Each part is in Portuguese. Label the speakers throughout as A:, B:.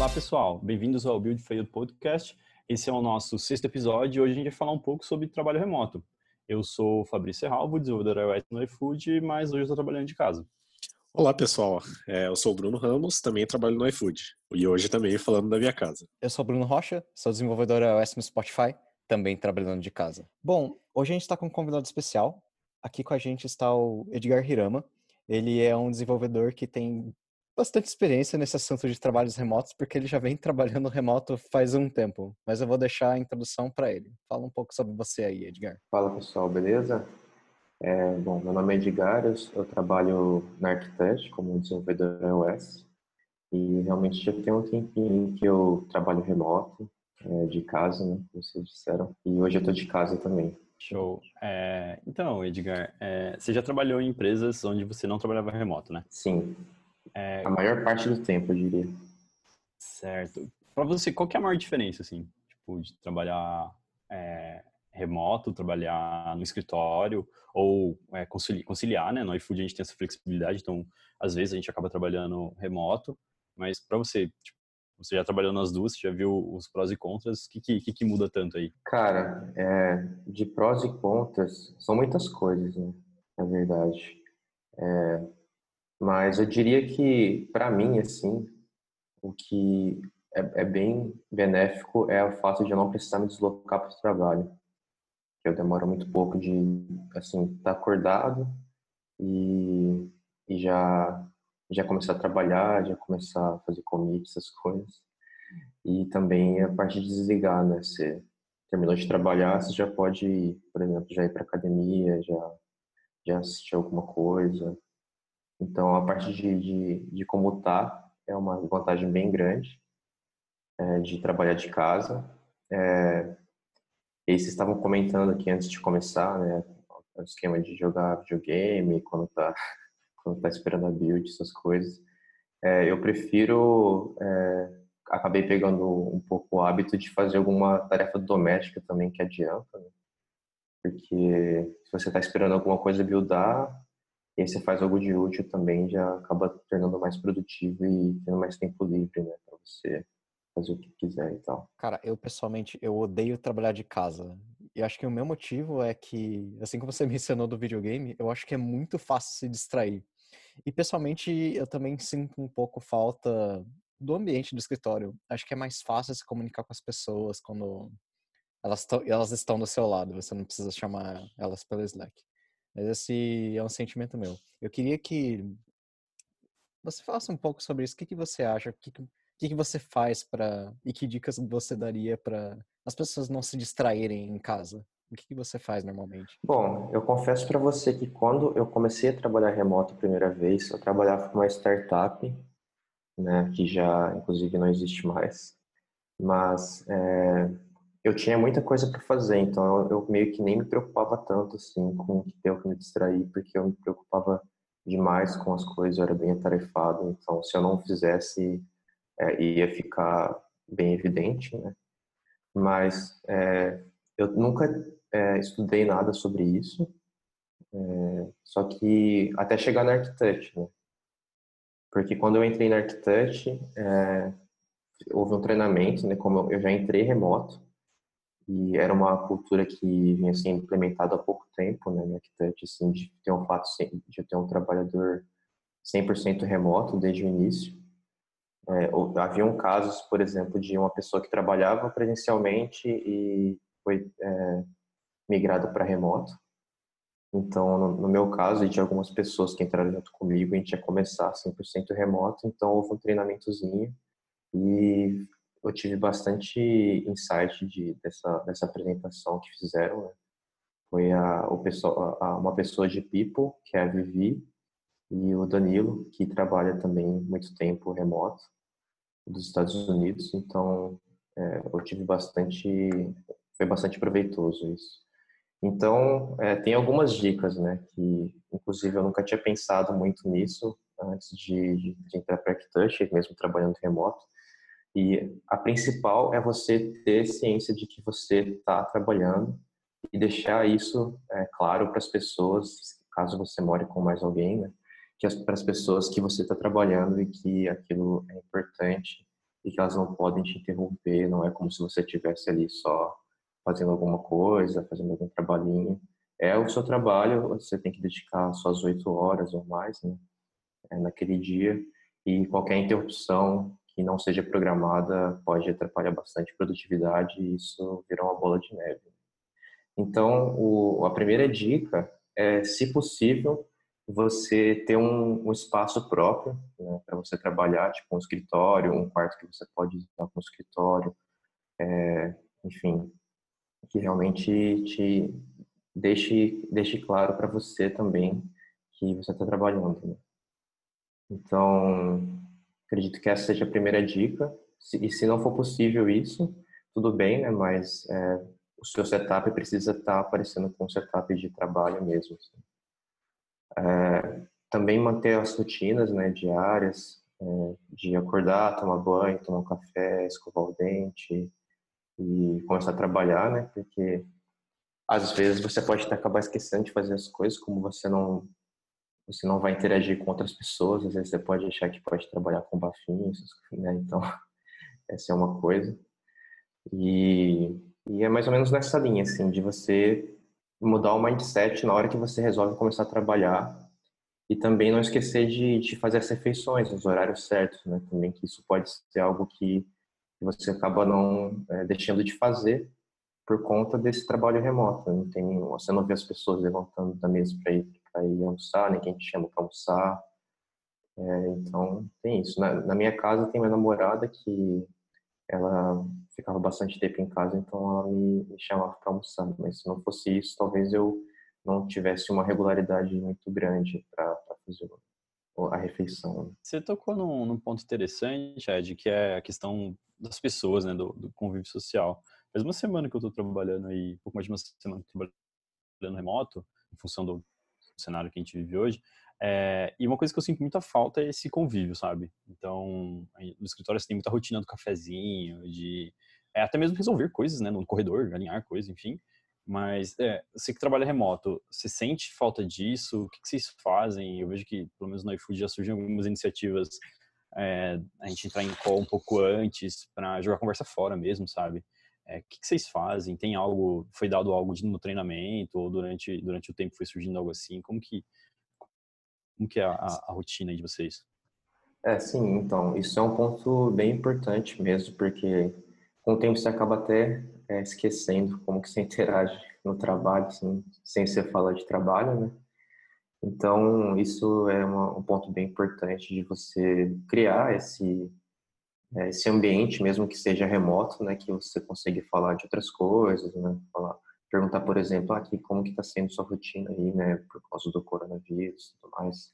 A: Olá pessoal, bem-vindos ao Build Failed Podcast. Esse é o nosso 6º episódio e hoje a gente vai falar um pouco sobre trabalho remoto. Eu sou o Fabrício Serralvo, desenvolvedor iOS no iFood, mas hoje eu estou trabalhando de casa.
B: Olá pessoal, eu sou o Bruno Ramos, também trabalho no iFood e hoje também falando da minha casa.
C: Eu sou o Bruno Rocha, sou desenvolvedor iOS no Spotify, também trabalhando de casa. Bom, hoje a gente está com um convidado especial. Aqui com a gente está o Edgar Hirama. Ele é um desenvolvedor que tem bastante experiência nesse assunto de trabalhos remotos, porque ele já vem trabalhando remoto faz um tempo. Mas eu vou deixar a introdução para ele. Fala um pouco sobre você aí, Edgar.
D: Fala pessoal, beleza? Bom, meu nome é Edgar, eu trabalho na Architect como desenvolvedor iOS e realmente já tem um tempinho que eu trabalho remoto, de casa, né, como vocês disseram, e hoje eu tô de casa também.
A: Show. Então, Edgar, você já trabalhou em empresas onde você não trabalhava remoto, né?
D: Sim, a maior parte do tempo, eu diria.
A: Certo. Para você, qual que é a maior diferença, assim, tipo, de trabalhar remoto, trabalhar no escritório ou conciliar, né? No iFood a gente tem essa flexibilidade, então às vezes a gente acaba trabalhando remoto, mas para você, tipo, você já trabalhou nas duas, você já viu os prós e contras, o que muda tanto aí?
D: Cara, de prós e contras, são muitas coisas, né, na verdade. Mas eu diria que, para mim, assim, o que é bem benéfico é o fato de eu não precisar me deslocar para o trabalho. Eu demoro muito pouco de, assim, estar acordado e, e já começar a trabalhar, já começar a fazer commit, essas coisas. E também a parte de desligar, né? Você terminou de trabalhar, você já pode, por exemplo, já ir para academia, já assistir alguma coisa. Então, a parte de comutar é uma vantagem bem grande, de trabalhar de casa. E aí vocês estavam comentando aqui antes de começar, né, o esquema de jogar videogame, quando tá esperando a build, essas coisas. Eu prefiro, acabei pegando um pouco o hábito de fazer alguma tarefa doméstica também que adianta, né? Porque se você está esperando alguma coisa buildar, e aí você faz algo de útil também, já acaba tornando mais produtivo e tendo mais tempo livre, né, para você fazer o que quiser e tal.
C: Cara, eu pessoalmente, eu odeio trabalhar de casa. E acho que o meu motivo é que, assim como você mencionou do videogame, eu acho que é muito fácil se distrair. E pessoalmente, eu também sinto um pouco falta do ambiente do escritório. Acho que é mais fácil se comunicar com as pessoas quando elas estão do seu lado. Você não precisa chamar elas pelo Slack. Mas esse é um sentimento meu. Eu queria que você falasse um pouco sobre isso. O que você acha? O que você faz e que dicas você daria para as pessoas não se distraírem em casa? O que você faz normalmente?
D: Bom, eu confesso para você que quando eu comecei a trabalhar remoto a primeira vez, eu trabalhava com uma startup, né, que já, inclusive, não existe mais, mas eu tinha muita coisa para fazer, então eu meio que nem me preocupava tanto, assim, com ter que me distrair, porque eu me preocupava demais com as coisas, eu era bem atarefado, então se eu não fizesse, ia ficar bem evidente, né, mas eu nunca estudei nada sobre isso, só que até chegar na Architect, né? Porque quando eu entrei na Architect, houve um treinamento, né? Como eu já entrei remoto, e era uma cultura que vinha sendo implementada há pouco tempo, né? Na Architect, assim, de ter um fato, de ter um trabalhador 100% remoto desde o início. Haviam casos, por exemplo, de uma pessoa que trabalhava presencialmente e foi migrada para remoto. Então, no meu caso e de algumas pessoas que entraram junto comigo, a gente ia começar 100% remoto, então houve um treinamentozinho e eu tive bastante insight dessa apresentação que fizeram, né? Foi uma pessoa de People, que é a Vivi, e o Danilo, que trabalha também muito tempo remoto dos Estados Unidos, então eu tive foi bastante proveitoso isso. Então, tem algumas dicas, né, que inclusive eu nunca tinha pensado muito nisso antes de entrar para a Architect, mesmo trabalhando remoto. E a principal é você ter ciência de que você está trabalhando e deixar isso claro para as pessoas, caso você more com mais alguém, né, para as pessoas que você está trabalhando e que aquilo é importante que elas não podem te interromper, não é como se você estivesse ali só fazendo alguma coisa, fazendo algum trabalhinho. É o seu trabalho, você tem que dedicar suas 8 horas ou mais, né, naquele dia, e qualquer interrupção que não seja programada pode atrapalhar bastante a produtividade e isso vira uma bola de neve. Então, a primeira dica é, se possível, você ter um espaço próprio, né, para você trabalhar, tipo um escritório, um quarto que você pode usar como escritório, enfim, que realmente te deixe claro para você também que você está trabalhando, né? Então, acredito que essa seja a primeira dica. E se não for possível isso, tudo bem, né? Mas o seu setup precisa estar aparecendo com um setup de trabalho mesmo, assim. Também manter as rotinas, né, diárias, de acordar, tomar banho, tomar um café, escovar o dente e começar a trabalhar, né? Porque às vezes você pode acabar esquecendo de fazer as coisas, como você não vai interagir com outras pessoas, às vezes você pode achar que pode trabalhar com bafinhos, né? Então, essa é uma coisa. E é mais ou menos nessa linha, assim, de você mudar o mindset na hora que você resolve começar a trabalhar e também não esquecer de fazer as refeições nos horários certos, né? Também que isso pode ser algo que você acaba não deixando de fazer por conta desse trabalho remoto. Não tem, você não vê as pessoas levantando da mesa para ir almoçar, nem quem te chama para almoçar. Então, tem isso. Na minha casa tem minha namorada que ela ficava bastante tempo em casa, então ela me chamava para almoçar. Mas se não fosse isso, talvez eu não tivesse uma regularidade muito grande para fazer a refeição, né?
A: Você tocou num ponto interessante, Ed, que é a questão das pessoas, né, do convívio social. Faz uma semana que eu estou trabalhando aí, pouco mais de uma semana que eu tô trabalhando remoto, em função do cenário que a gente vive hoje, e uma coisa que eu sinto muita falta é esse convívio, sabe? Então, no escritório você tem muita rotina do cafezinho, de até mesmo resolver coisas, né, no corredor, alinhar coisas, enfim. Mas você que trabalha remoto, você sente falta disso? O que vocês fazem? Eu vejo que, pelo menos no iFood, já surgem algumas iniciativas, a gente entrar em call um pouco antes para jogar a conversa fora mesmo, sabe? O que vocês fazem? Tem algo, foi dado algo no treinamento ou durante o tempo foi surgindo algo assim? Como que é a rotina aí de vocês?
D: Sim, então, isso é um ponto bem importante mesmo, porque com o tempo você acaba até esquecendo como que você interage no trabalho, assim, sem ser falar de trabalho, né? Então, isso é um ponto bem importante de você criar esse ambiente, mesmo que seja remoto, né? Que você consiga falar de outras coisas, né? Perguntar, por exemplo, aqui como que está sendo sua rotina aí, né? Por causa do coronavírus e tudo mais.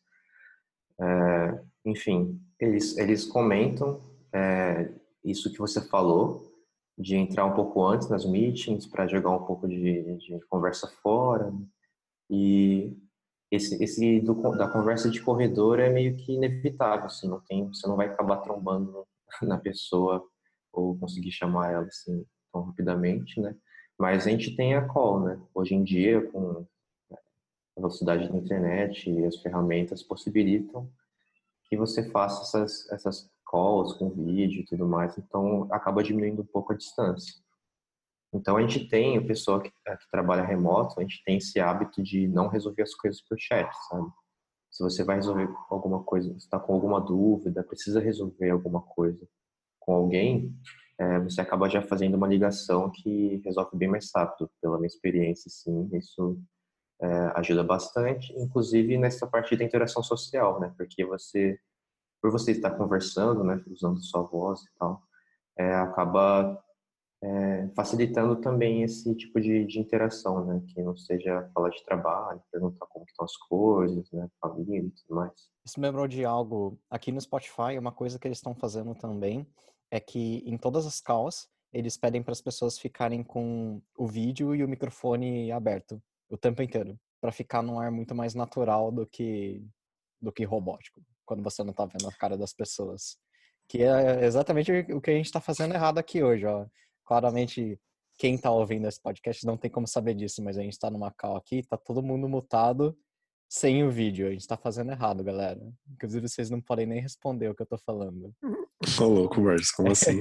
D: Enfim, eles comentam isso que você falou, de entrar um pouco antes nas meetings para jogar um pouco de conversa fora, né? E da conversa de corredor é meio que inevitável, assim, você não vai acabar trombando na pessoa ou conseguir chamar ela assim tão rapidamente, né? Mas a gente tem a call, né? Hoje em dia, com a velocidade da internet e as ferramentas possibilitam que você faça essas calls com vídeo e tudo mais, então acaba diminuindo um pouco a distância. Então a gente tem, o pessoal que trabalha remoto, a gente tem esse hábito de não resolver as coisas por chat, sabe? Se você vai resolver alguma coisa, está com alguma dúvida, precisa resolver alguma coisa com alguém, você acaba já fazendo uma ligação que resolve bem mais rápido, pela minha experiência, sim, isso ajuda bastante, inclusive nessa parte da interação social, né? Porque por você estar conversando, né, usando sua voz e tal, acaba facilitando também esse tipo de interação, né, que não seja falar de trabalho, perguntar como que estão as coisas, né, família e tudo mais.
C: Isso me lembrou de algo aqui no Spotify, uma coisa que eles estão fazendo também é que em todas as calls eles pedem para as pessoas ficarem com o vídeo e o microfone aberto o tempo inteiro, para ficar num ar muito mais natural do que robótico, quando você não tá vendo a cara das pessoas. Que é exatamente o que a gente tá fazendo errado aqui hoje, ó. Claramente, quem tá ouvindo esse podcast não tem como saber disso, mas a gente tá numa call aqui, tá todo mundo mutado sem o vídeo. A gente tá fazendo errado, galera. Inclusive, vocês não podem nem responder o que eu tô falando.
B: Ô, louco, Borges, como assim?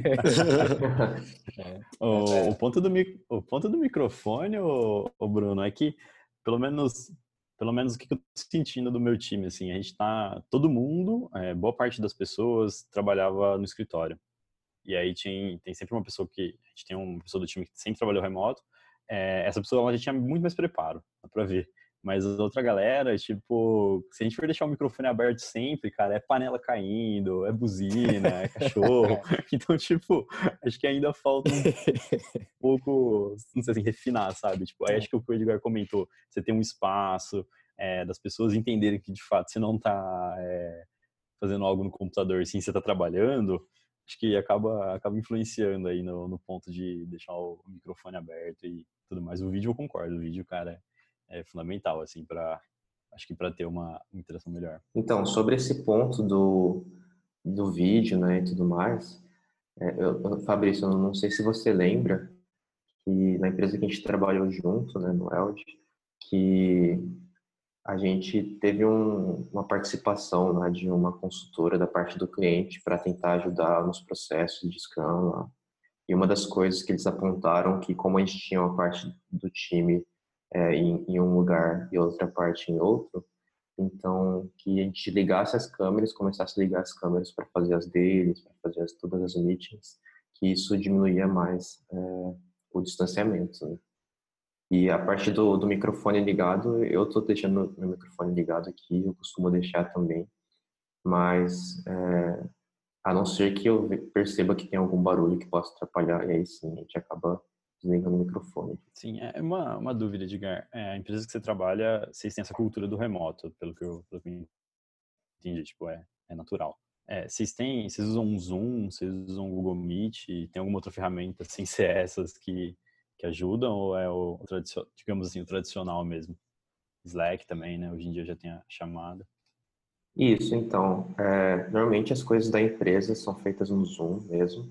A: O ponto do microfone, ô Bruno, é que pelo menos, pelo menos o que eu tô sentindo do meu time, assim, a gente tá, todo mundo, boa parte das pessoas trabalhava no escritório. E aí tem sempre uma pessoa a gente tem uma pessoa do time que sempre trabalhou remoto. Essa pessoa ela já tinha muito mais preparo, dá pra ver. Mas a outra galera, tipo, se a gente for deixar o microfone aberto sempre, cara, é panela caindo, é buzina, é cachorro. Então, tipo, acho que ainda falta um pouco, não sei assim, refinar, sabe? Tipo, aí acho que o que o Edgar comentou, você tem um espaço, das pessoas entenderem que, de fato, você não tá fazendo algo no computador, sim, você tá trabalhando, acho que acaba influenciando aí no ponto de deixar o microfone aberto e tudo mais. O vídeo eu concordo, o vídeo, cara, é fundamental, assim, acho que para ter uma interação melhor.
D: Então, sobre esse ponto do vídeo, né, e tudo mais, Fabrício, eu não sei se você lembra que na empresa que a gente trabalhou junto, né, no Eld, que a gente teve uma participação, né, de uma consultora da parte do cliente para tentar ajudar nos processos de Scrum lá. E uma das coisas que eles apontaram que como a gente tinha uma parte do time em um lugar e outra parte em outro, então que a gente ligasse as câmeras, começasse a ligar as câmeras para fazer as deles, para fazer todas as meetings, que isso diminuía mais o distanciamento, né? E a parte do microfone ligado, eu estou deixando meu microfone ligado aqui, eu costumo deixar também, mas a não ser que eu perceba que tem algum barulho que possa atrapalhar, e aí sim, a gente acaba desligando o microfone.
A: Sim, é uma dúvida, Edgar. A empresa que você trabalha, vocês têm essa cultura do remoto, pelo que eu entendi, tipo, é natural. Vocês usam um Zoom, vocês usam o Google Meet, tem alguma outra ferramenta sem ser essas que ajudam, ou é digamos assim, o tradicional mesmo? Slack também, né? Hoje em dia já tem a chamada.
D: Isso, então, normalmente as coisas da empresa são feitas no Zoom mesmo.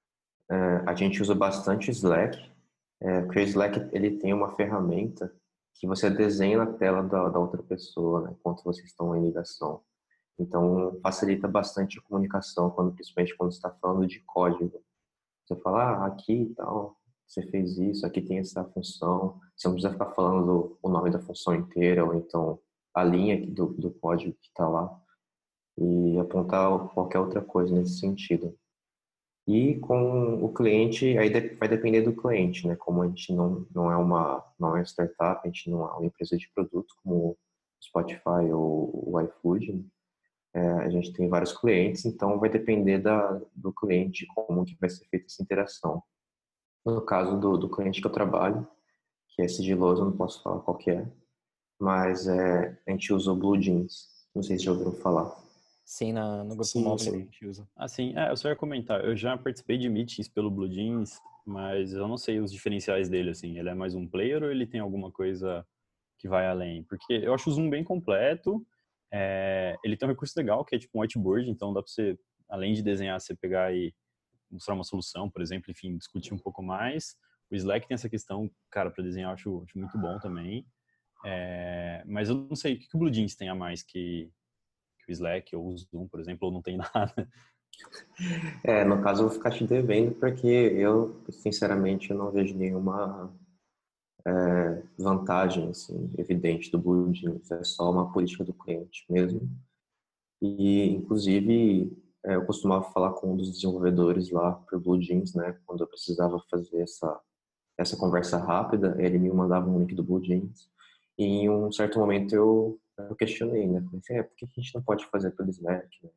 D: A gente usa bastante Slack, porque o Slack ele tem uma ferramenta que você desenha na tela da outra pessoa, né, enquanto vocês estão em ligação. Então, facilita bastante a comunicação, principalmente quando você está falando de código. Você fala, aqui e tal, você fez isso, aqui tem essa função. Você não precisa ficar falando o nome da função inteira, ou então a linha do código que está lá, e apontar qualquer outra coisa nesse sentido. E com o cliente, aí vai depender do cliente, né? Como a gente não é uma startup, a gente não é uma empresa de produto como o Spotify ou o iFood, né? A gente tem vários clientes, então vai depender do cliente como que vai ser feita essa interação. No caso do cliente que eu trabalho, que é sigiloso, eu não posso falar qual que é, mas a gente usa o Blue Jeans. Não sei se já ouviram falar.
C: Sim, no grupo
B: Sim,
C: móvel a
B: sim.
C: gente usa.
A: Assim, eu só ia comentar, eu já participei de meetings pelo Blue Jeans, mas eu não sei os diferenciais dele, assim, ele é mais um player ou ele tem alguma coisa que vai além? Porque eu acho o Zoom bem completo, ele tem um recurso legal que é tipo um whiteboard, então dá pra você, além de desenhar, você pegar e mostrar uma solução, por exemplo, enfim, discutir um pouco mais. O Slack tem essa questão, cara, para desenhar eu acho muito bom também. Mas eu não sei, o que o Blue Jeans tem a mais que o Slack ou o Zoom, por exemplo, ou não tem nada?
D: No caso eu vou ficar te devendo porque eu, sinceramente, eu não vejo nenhuma vantagem assim, evidente do Blue Jeans. É só uma política do cliente mesmo. E, inclusive, eu costumava falar com um dos desenvolvedores lá por Blue Jeans, né? Quando eu precisava fazer essa conversa rápida, ele me mandava um link do Blue Jeans. E em um certo momento eu questionei, né? Falei assim, por que a gente não pode fazer pelo Slack, né?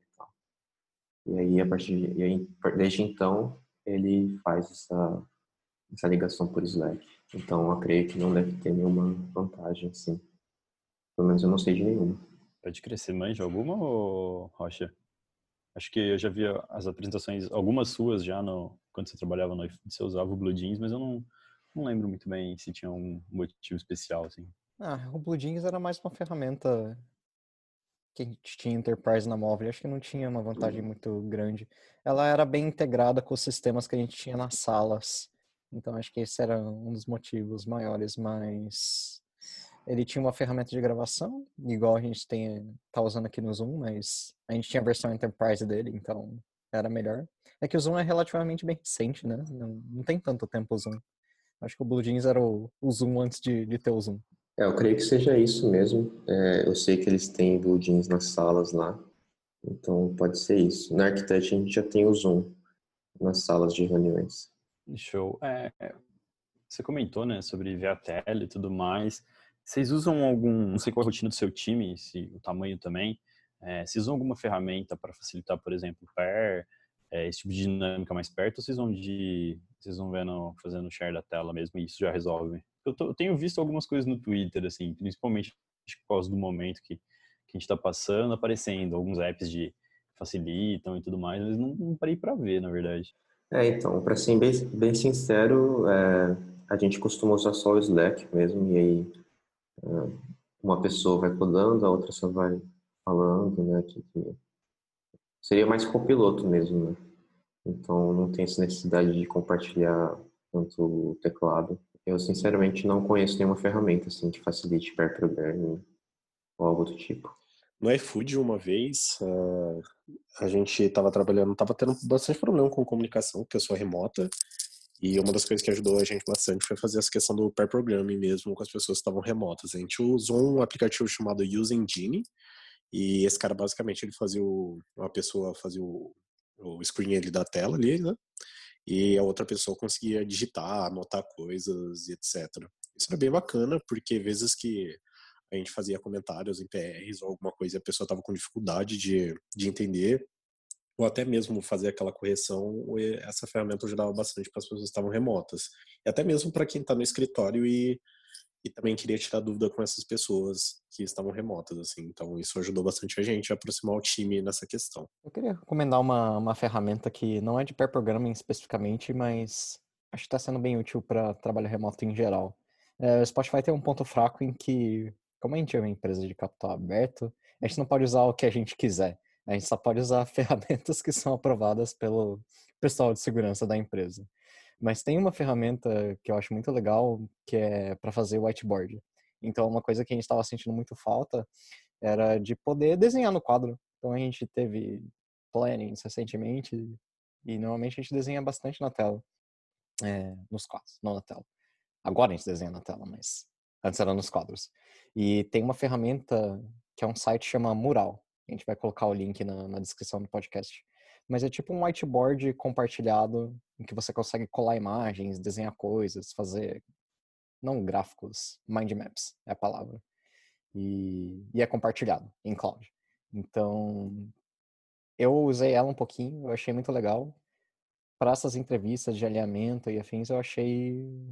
D: E aí, desde então, ele faz essa ligação por Slack. Então, eu creio que não deve ter nenhuma vantagem, assim. Pelo menos eu não sei de nenhuma.
A: Pode crescer, manja alguma, ou Rocha? Acho que eu já vi as apresentações, algumas suas já quando você trabalhava no iFood, você usava o Blue Jeans, mas eu não lembro muito bem se tinha um motivo especial, assim.
C: O Blue Jeans era mais uma ferramenta que a gente tinha Enterprise na móvel. Acho que não tinha uma vantagem muito grande. Ela era bem integrada com os sistemas que a gente tinha nas salas. Então acho que esse era um dos motivos maiores, mas ele tinha uma ferramenta de gravação, igual a gente tá usando aqui no Zoom, mas a gente tinha a versão Enterprise dele, então era melhor. É que o Zoom é relativamente bem recente, né? Não tem tanto tempo o Zoom. Acho que o Blue Jeans era o Zoom antes de ter o Zoom.
D: Eu creio que seja isso mesmo. Eu sei que eles têm Blue Jeans nas salas lá, então pode ser isso. Na Arquitect a gente já tem o Zoom nas salas de reuniões.
A: Show. Você comentou, né, sobre ver a tela e tudo mais. Vocês usam algum, não sei qual é a rotina do seu time, se o tamanho também, vocês usam alguma ferramenta para facilitar, por exemplo, o pair, esse tipo de dinâmica mais perto, ou vocês vão vendo, fazendo share da tela mesmo e isso já resolve? Eu tenho visto algumas coisas no Twitter, assim, principalmente por causa do momento que a gente está passando, aparecendo alguns apps de facilitam e tudo mais, mas não parei para ver, na verdade.
D: Então, para ser bem sincero, a gente costuma usar só o Slack mesmo, e aí uma pessoa vai codando, a outra só vai falando, né? Que seria mais copiloto mesmo, né? Então não tem essa necessidade de compartilhar tanto o teclado. Eu sinceramente não conheço nenhuma ferramenta assim que facilite pair programming ou algo do tipo.
B: No iFood, uma vez, a gente estava trabalhando, estava tendo bastante problema com comunicação, pessoa remota, e uma das coisas que ajudou a gente bastante foi fazer essa questão do pair programming mesmo com as pessoas que estavam remotas. A gente usou um aplicativo chamado UseEngine, e esse cara basicamente ele fazia uma pessoa fazia o screen ali da tela ali, né? E a outra pessoa conseguia digitar, anotar coisas e etc. Isso era bem bacana, porque vezes que a gente fazia comentários em PRs ou alguma coisa e a pessoa estava com dificuldade de entender, ou até mesmo fazer aquela correção, essa ferramenta ajudava bastante para as pessoas que estavam remotas. E até mesmo para quem está no escritório e também queria tirar dúvida com essas pessoas que estavam remotas, assim. Então isso ajudou bastante a gente a aproximar o time nessa questão.
C: Eu queria recomendar uma ferramenta que não é de pair programming especificamente, mas acho que está sendo bem útil para trabalho remoto em geral. O Spotify tem um ponto fraco em que, como a gente é uma empresa de capital aberto, a gente não pode usar o que a gente quiser. A gente só pode usar ferramentas que são aprovadas pelo pessoal de segurança da empresa. Mas tem uma ferramenta que eu acho muito legal, que é para fazer whiteboard. Então, uma coisa que a gente estava sentindo muito falta era de poder desenhar no quadro. Então, a gente teve plannings recentemente e normalmente a gente desenha bastante na tela, nos quadros, não na tela. Agora a gente desenha na tela, mas antes era nos quadros. E tem uma ferramenta que é um site que chama Mural. A gente vai colocar o link na descrição do podcast. Mas é tipo um whiteboard compartilhado em que você consegue colar imagens, desenhar coisas, fazer, não gráficos, mind maps é a palavra. E é compartilhado em cloud. Então, eu usei ela um pouquinho, eu achei muito legal. Para essas entrevistas de alinhamento e afins, eu achei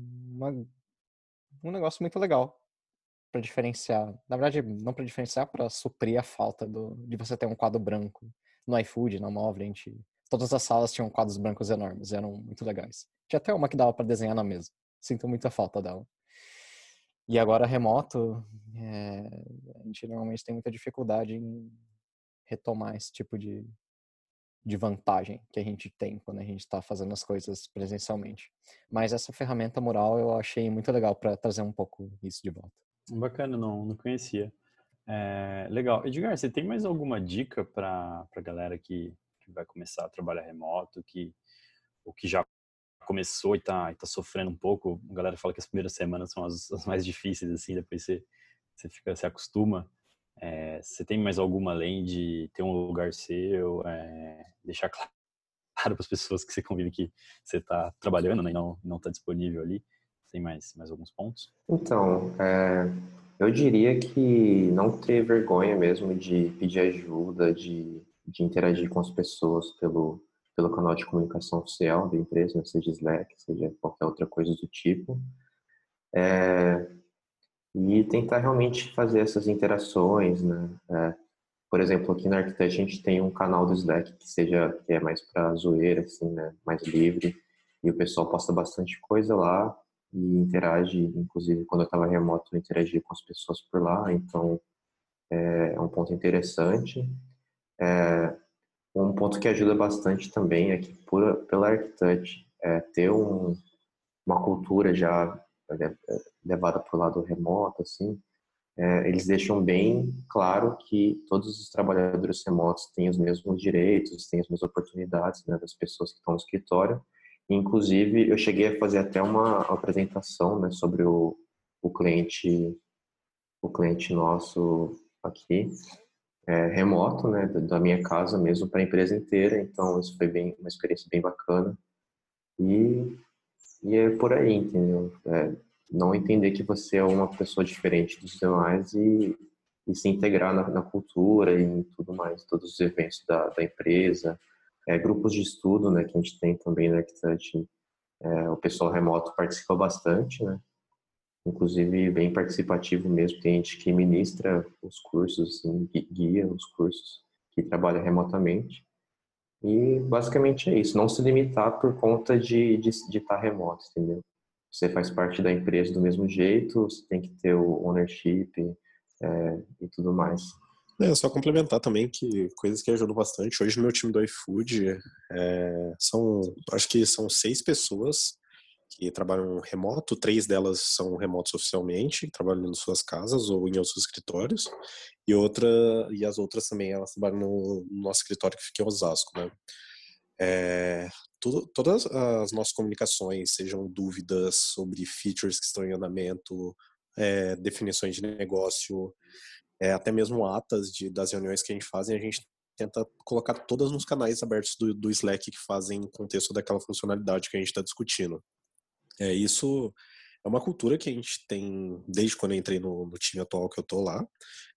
C: um negócio muito legal para diferenciar. Na verdade, não para diferenciar, para suprir a falta de você ter um quadro branco. No iFood, na Móvel, todas as salas tinham quadros brancos enormes, eram muito legais. Tinha até uma que dava para desenhar na mesa. Sinto muita falta dela. E agora remoto, a gente normalmente tem muita dificuldade em retomar esse tipo de vantagem que a gente tem quando a gente está fazendo as coisas presencialmente. Mas essa ferramenta Mural eu achei muito legal para trazer um pouco isso de volta.
A: Bacana, não conhecia. Legal. Edgar, você tem mais alguma dica para a galera que vai começar a trabalhar remoto, ou que já começou e tá sofrendo um pouco? A galera fala que as primeiras semanas são as mais difíceis, assim, depois você acostuma. Você tem mais alguma além de ter um lugar seu, deixar claro para as pessoas que você convive que você está trabalhando, né, e não está disponível ali? Tem mais alguns pontos?
D: Então, eu diria que não ter vergonha mesmo de pedir ajuda, de interagir com as pessoas pelo canal de comunicação oficial da empresa, né, seja Slack, seja qualquer outra coisa do tipo. E tentar realmente fazer essas interações, né? Por exemplo, aqui na Arquitect a gente tem um canal do Slack que é mais para zoeira, assim, né? Mais livre. E o pessoal posta bastante coisa lá e interage. Inclusive, quando eu estava remoto, eu interagia com as pessoas por lá. Então, é um ponto interessante. Um ponto que ajuda bastante também é que pela Arquitect ter uma cultura já levada para o lado remoto, assim, eles deixam bem claro que todos os trabalhadores remotos têm os mesmos direitos, têm as mesmas oportunidades, né, das pessoas que estão no escritório. Inclusive, eu cheguei a fazer até uma apresentação, né, sobre o cliente nosso aqui, remoto, né, da minha casa mesmo para a empresa inteira. Então, isso foi uma experiência bem bacana. E é por aí, entendeu? Não entender que você é uma pessoa diferente dos demais e se integrar na cultura e tudo mais, todos os eventos da empresa, grupos de estudo, né, que a gente tem também no Arquitect, o pessoal remoto participa bastante, né? Inclusive bem participativo mesmo, tem gente que ministra os cursos, assim, guia os cursos, que trabalha remotamente. E basicamente é isso, não se limitar por conta de estar remoto, entendeu? Você faz parte da empresa do mesmo jeito, você tem que ter o ownership e tudo mais.
B: Só complementar também que coisas que ajudam bastante. Hoje no meu time do iFood acho que são 6 pessoas que trabalham remoto, 3 delas são remotos oficialmente, trabalham em suas casas ou em outros escritórios, e as outras também, elas trabalham no nosso escritório que fica em Osasco, né? Todas as nossas comunicações, sejam dúvidas sobre features que estão em andamento, definições de negócio, até mesmo atas das reuniões que a gente tenta colocar todas nos canais abertos do Slack que fazem contexto daquela funcionalidade que a gente está discutindo. Isso é uma cultura que a gente tem desde quando eu entrei no time atual que eu tô lá,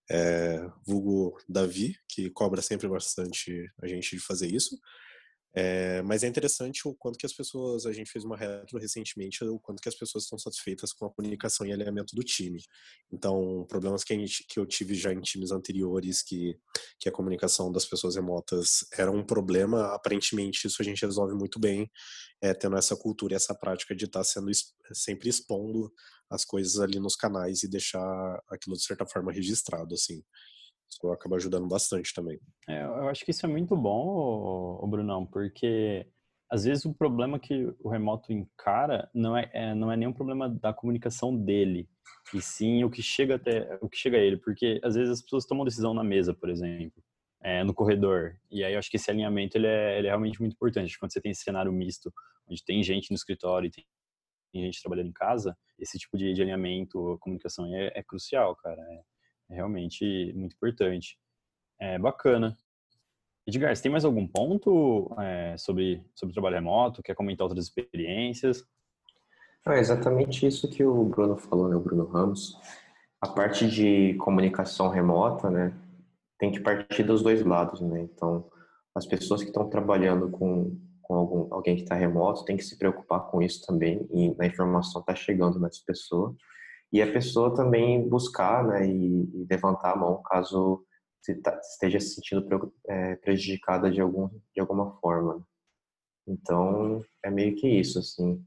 B: vulgo Davi, que cobra sempre bastante a gente de fazer isso. Mas é interessante o quanto que a gente fez uma retro recentemente, o quanto que as pessoas estão satisfeitas com a comunicação e alinhamento do time. Então, problemas que eu tive já em times anteriores, que a comunicação das pessoas remotas era um problema, aparentemente isso a gente resolve muito bem, tendo essa cultura e essa prática de estar sempre expondo as coisas ali nos canais e deixar aquilo de certa forma registrado, assim. Isso acaba ajudando bastante também.
A: Eu acho que isso é muito bom, ô Brunão, porque às vezes o problema que o remoto encara não é nenhum problema da comunicação dele, e sim o que chega a ele, porque às vezes as pessoas tomam decisão na mesa, por exemplo, no corredor, e aí eu acho que esse alinhamento ele é realmente muito importante. Quando você tem esse cenário misto, onde tem gente no escritório e tem gente trabalhando em casa, esse tipo de alinhamento, comunicação é crucial, cara, é realmente muito importante. Bacana. Edgar, você tem mais algum ponto sobre trabalho remoto? Quer comentar outras experiências?
D: É exatamente isso que o Bruno falou, né, o Bruno Ramos. A parte de comunicação remota, né, tem que partir dos dois lados, né? Então, as pessoas que estão trabalhando com alguém que está remoto tem que se preocupar com isso também, e a informação está chegando nessa pessoa. E a pessoa também buscar, né, e levantar a mão caso esteja se sentindo prejudicada de alguma forma. Então, é meio que isso, assim.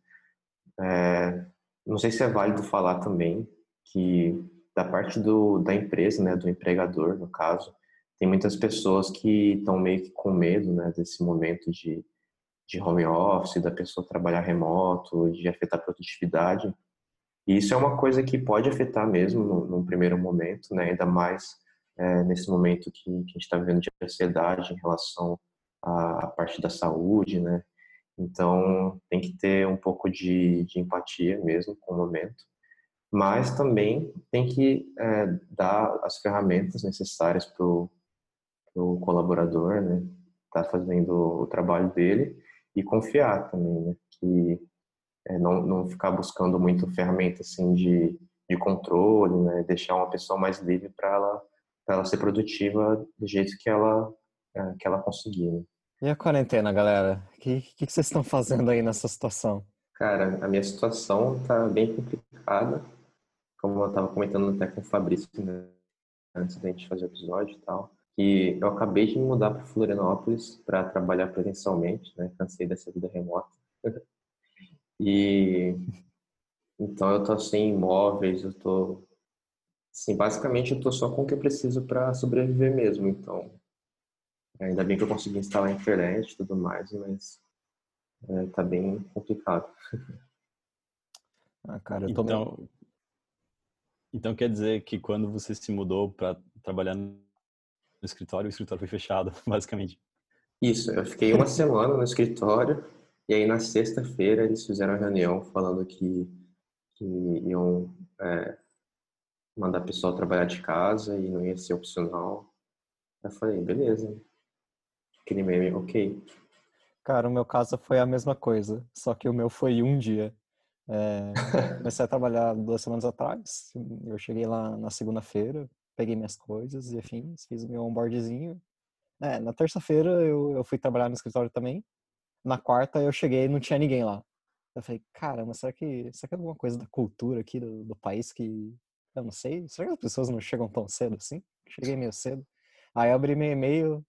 D: Não sei se é válido falar também que da parte da empresa, né, do empregador, no caso, tem muitas pessoas que estão meio que com medo, né, desse momento de home office, da pessoa trabalhar remoto, de afetar a produtividade. E isso é uma coisa que pode afetar mesmo num primeiro momento, né, ainda mais nesse momento que a gente está vivendo de ansiedade em relação à parte da saúde, né. Então, tem que ter um pouco de empatia mesmo com o momento, mas também tem que dar as ferramentas necessárias para o colaborador, né, tá fazendo o trabalho dele, e confiar também, né, que não ficar buscando muito ferramenta assim de controle, né, deixar uma pessoa mais livre para ela ser produtiva do jeito que ela conseguir, né.
C: E a quarentena, galera? O que vocês estão fazendo aí nessa situação?
D: Cara, a minha situação tá bem complicada, como eu estava comentando até com o Fabrício, né, antes da gente fazer o episódio e tal, que eu acabei de me mudar para Florianópolis para trabalhar presencialmente, né, cansei dessa vida remota. E então eu tô sem imóveis, eu tô assim, basicamente eu tô só com o que eu preciso para sobreviver mesmo, então ainda bem que eu consegui instalar a internet e tudo mais, mas tá bem complicado.
C: Ah, cara,
A: Então, Então quer dizer que quando você se mudou para trabalhar no escritório, o escritório foi fechado, basicamente.
D: Isso, eu fiquei uma semana no escritório e aí na sexta-feira eles fizeram a reunião falando que iam mandar o pessoal trabalhar de casa e não ia ser opcional. Eu falei, beleza. Aquele meme, ok.
C: Cara, o meu caso foi a mesma coisa, só que o meu foi um dia. Comecei a trabalhar 2 semanas atrás, eu cheguei lá na segunda-feira, peguei minhas coisas e afins, fiz o meu onboardzinho. Na terça-feira eu fui trabalhar no escritório também. Na quarta eu cheguei e não tinha ninguém lá. Eu falei, caramba, será que é alguma coisa da cultura aqui do país que eu não sei? Será que as pessoas não chegam tão cedo assim? Cheguei meio cedo. Aí eu abri meu e-mail,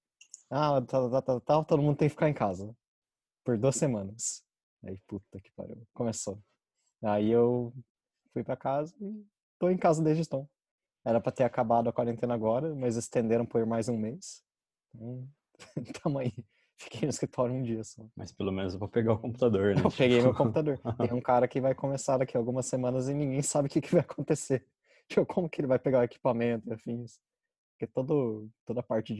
C: tal, todo mundo tem que ficar em casa por 2 semanas. Aí, puta que pariu, começou. Aí eu fui pra casa e tô em casa desde então. Era pra ter acabado a quarentena agora, mas estenderam por mais um mês. Então, tamo aí. Fiquei no escritório um dia só.
A: Mas pelo menos eu vou pegar o computador, né?
C: Eu peguei meu computador. Tem um cara que vai começar daqui a algumas semanas e ninguém sabe o que vai acontecer. Tipo, como que ele vai pegar o equipamento e afins? Porque toda a parte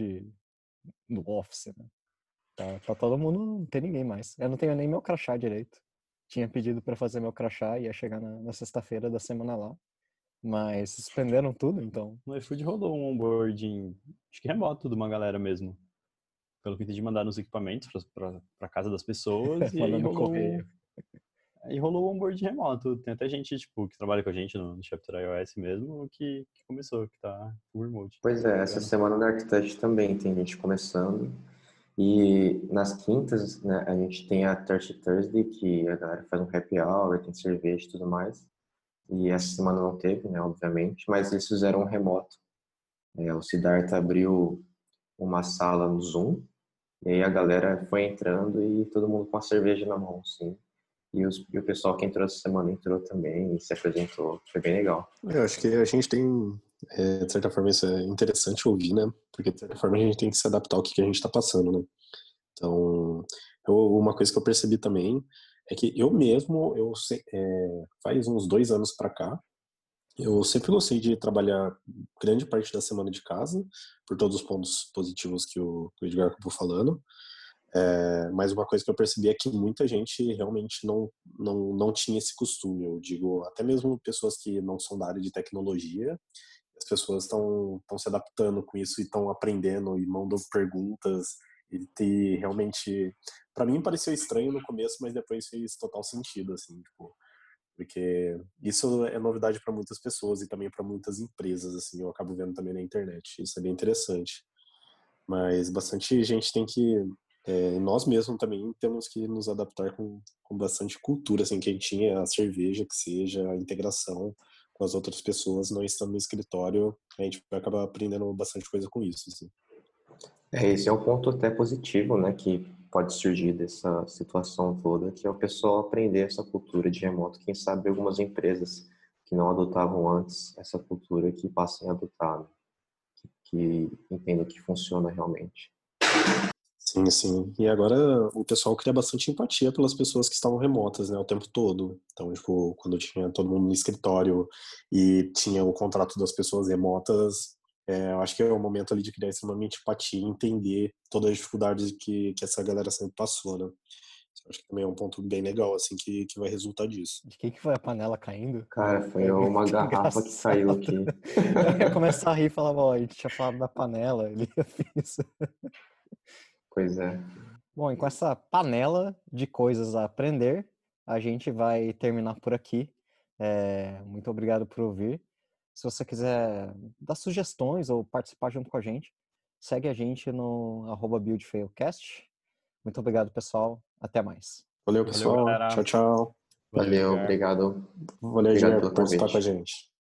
C: do office, né? Tá todo mundo, não tem ninguém mais. Eu não tenho nem meu crachá direito. Tinha pedido pra fazer meu crachá, ia chegar na sexta-feira da semana lá. Mas suspenderam tudo, então.
A: No iFood rolou um onboarding, acho que remoto, de uma galera mesmo. Pelo que entendi, mandaram os equipamentos para casa das pessoas e
C: Mandando correio.
A: aí rolou o onboarding remoto. Tem até gente, tipo, que trabalha com a gente no Chapter iOS mesmo, que começou, que tá full remote.
D: Pois é, essa
A: Bacana.
D: semana da Architect também tem gente começando. E nas quintas, né, a gente tem a Thirsty Thursday, que a galera faz um happy hour, tem cerveja e tudo mais. E essa semana não teve, né, obviamente, mas eles fizeram um remoto. O Siddhartha abriu uma sala no Zoom, e aí a galera foi entrando e todo mundo com a cerveja na mão, assim. E o pessoal que entrou essa semana entrou também e se apresentou. Foi bem legal.
B: Eu acho que a gente tem, de certa forma, isso é interessante ouvir, né? Porque, de certa forma, a gente tem que se adaptar ao que a gente está passando, né? Então, uma coisa que eu percebi também é que eu mesmo, faz uns 2 anos para cá, eu sempre gostei de trabalhar grande parte da semana de casa, por todos os pontos positivos que o Edgar acabou falando. Mas uma coisa que eu percebi é que muita gente realmente não tinha esse costume. Eu digo, até mesmo pessoas que não são da área de tecnologia, as pessoas estão se adaptando com isso e estão aprendendo e mandam perguntas. E ter realmente, para mim pareceu estranho no começo, mas depois fez total sentido, assim, tipo, porque isso é novidade para muitas pessoas e também para muitas empresas, assim, eu acabo vendo também na internet. Isso é bem interessante. Mas bastante gente tem que, nós mesmos também temos que nos adaptar com bastante cultura, assim, que a gente tinha a cerveja, que seja a integração com as outras pessoas, não estando no escritório, a gente vai acabar aprendendo bastante coisa com isso, assim.
D: Esse é um ponto até positivo, né, que pode surgir dessa situação toda, que é o pessoal aprender essa cultura de remoto. Quem sabe algumas empresas que não adotavam antes essa cultura que passem a adotar, né, que entendam que funciona realmente.
B: Sim, sim. E agora o pessoal cria bastante empatia pelas pessoas que estavam remotas, né, o tempo todo. Então, tipo, quando tinha todo mundo no escritório e tinha o contrato das pessoas remotas, eu acho que é o momento ali de criar extremamente empatia e entender todas as dificuldades que essa galera sempre passou, né. Eu acho que também é um ponto bem legal, assim, que vai resultar disso.
C: De quem que foi a panela caindo?
D: Cara, foi uma
C: Que
D: garrafa que caiu
C: engraçado.
D: aqui.
C: Eu ia começar a rir e falava, ó, a gente tinha falado da panela, ele ia isso.
D: Pois é.
C: Bom, e com essa panela de coisas a aprender, a gente vai terminar por aqui. Muito obrigado por ouvir. Se você quiser dar sugestões ou participar junto com a gente, segue a gente no @buildfailcast. Muito obrigado, pessoal. Até mais.
B: Valeu,
A: Valeu,
B: pessoal.
A: galera.
B: Tchau, tchau.
A: Valeu,
D: Valeu,
A: Edgar.
D: obrigado.
B: Valeu,
D: Obrigado
B: Edgar,
D: pelo
B: por participar com a
D: convite.
B: gente.